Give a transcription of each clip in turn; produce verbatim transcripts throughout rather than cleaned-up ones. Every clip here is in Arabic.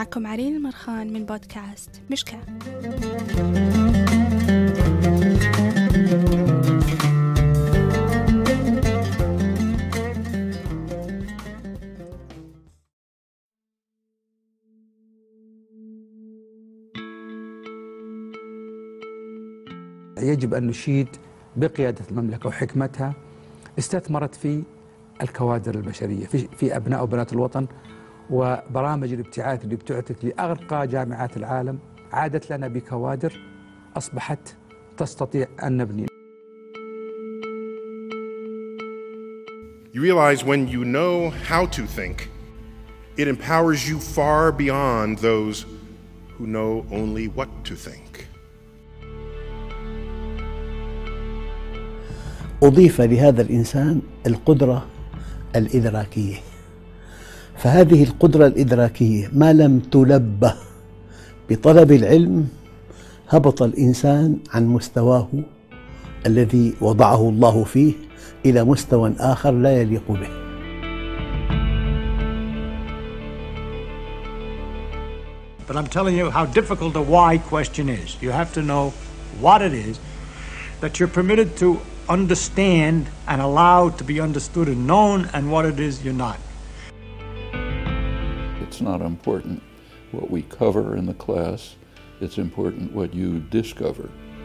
معكم عرين المرخان من بودكاست مشكاة. يجب أن نشيد بقيادة المملكة وحكمتها استثمرت في الكوادر البشرية في, في أبناء وبنات الوطن، وبرامج الابتعاث اللي ابتعثت لأرقى جامعات العالم عادت لنا بكوادر أصبحت تستطيع أن نبني. You realize when you know how to think, it empowers you far beyond those who know only what to think. أضيف لهذا الإنسان القدرة الإدراكية، فهذه القدرة الإدراكية ما لم تلبه بطلب العلم هبط الإنسان عن مستواه الذي وضعه الله فيه إلى مستوى آخر لا يليق به. But I'm telling you how difficult the why question is. You have to know what it is that you're permitted to understand and allowed to be understood and known, and what it is you're not. It's not important what we cover in the class, it's important what you discover.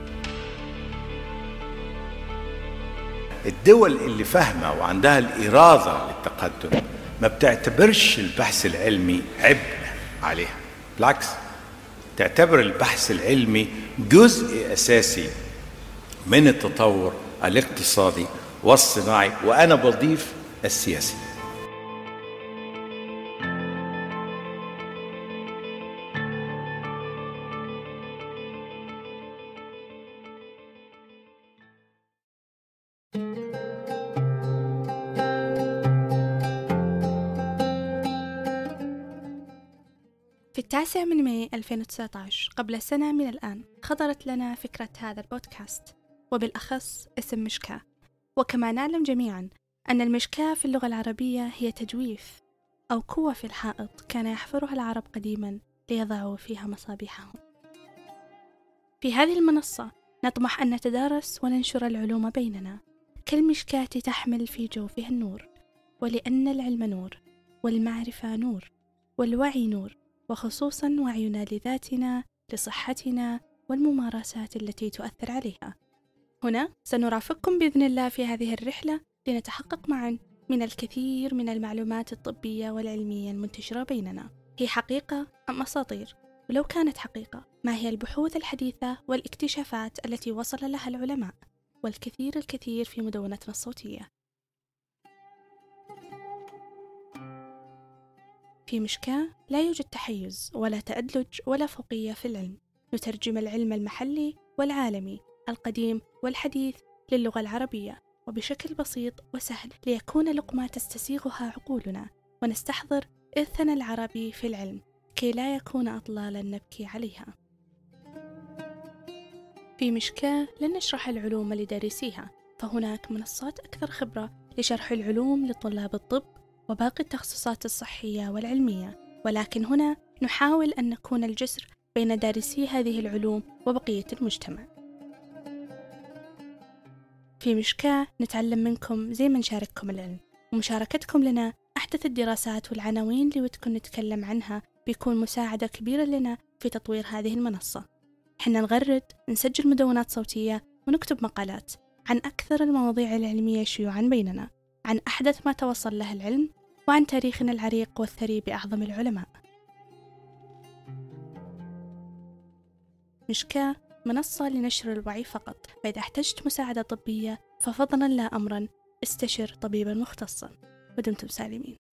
الدول اللي فاهمة وعندها الإرادة للتقدم ما بتعتبرش البحث العلمي عبء عليها، بالعكس تعتبر البحث العلمي جزء أساسي من التطور الاقتصادي والصناعي، وأنا بضيف السياسي. في التاسع من ماي ألفين وتسعة عشر، قبل سنة من الآن، خطرت لنا فكرة هذا البودكاست، وبالأخص اسم مشكاة. وكما نعلم جميعا أن المشكاة في اللغة العربية هي تجويف أو كوة في الحائط كان يحفرها العرب قديما ليضعوا فيها مصابيحهم. في هذه المنصة نطمح أن نتدارس وننشر العلوم بيننا كالمشكاة تحمل في جوفها النور، ولأن العلم نور والمعرفة نور والوعي نور، وخصوصا وعينا لذاتنا لصحتنا والممارسات التي تؤثر عليها. هنا سنرافقكم بإذن الله في هذه الرحلة لنتحقق معا من الكثير من المعلومات الطبية والعلمية المنتشرة بيننا. هي حقيقة أم أساطير؟ ولو كانت حقيقة، ما هي البحوث الحديثة والاكتشافات التي وصل لها العلماء؟ والكثير الكثير في مدونتنا الصوتية. في مشكاة لا يوجد تحيز ولا تأدلج ولا فوقية في العلم. نترجم العلم المحلي والعالمي القديم والحديث للغة العربية وبشكل بسيط وسهل، ليكون لقمة تستسيغها عقولنا، ونستحضر إرثنا العربي في العلم كي لا يكون أطلالا نبكي عليها. في مشكاة لن نشرح العلوم لدارسيها، فهناك منصات أكثر خبرة لشرح العلوم لطلاب الطب وباقي التخصصات الصحية والعلمية، ولكن هنا نحاول أن نكون الجسر بين دارسي هذه العلوم وبقية المجتمع. في مشكاة نتعلم منكم زي ما نشارككم العلم، ومشاركتكم لنا أحدث الدراسات والعناوين اللي ودكم نتكلم عنها بيكون مساعدة كبيرة لنا في تطوير هذه المنصة. حنا نغرد، نسجل مدونات صوتية، ونكتب مقالات عن أكثر المواضيع العلمية شيوعا بيننا، عن أحدث ما توصل له العلم، وعن تاريخنا العريق والثري بأعظم العلماء. مشكاة منصة لنشر الوعي فقط، فإذا احتجت مساعدة طبية ففضلا لا أمرا استشر طبيبا مختصا، ودمتم سالمين.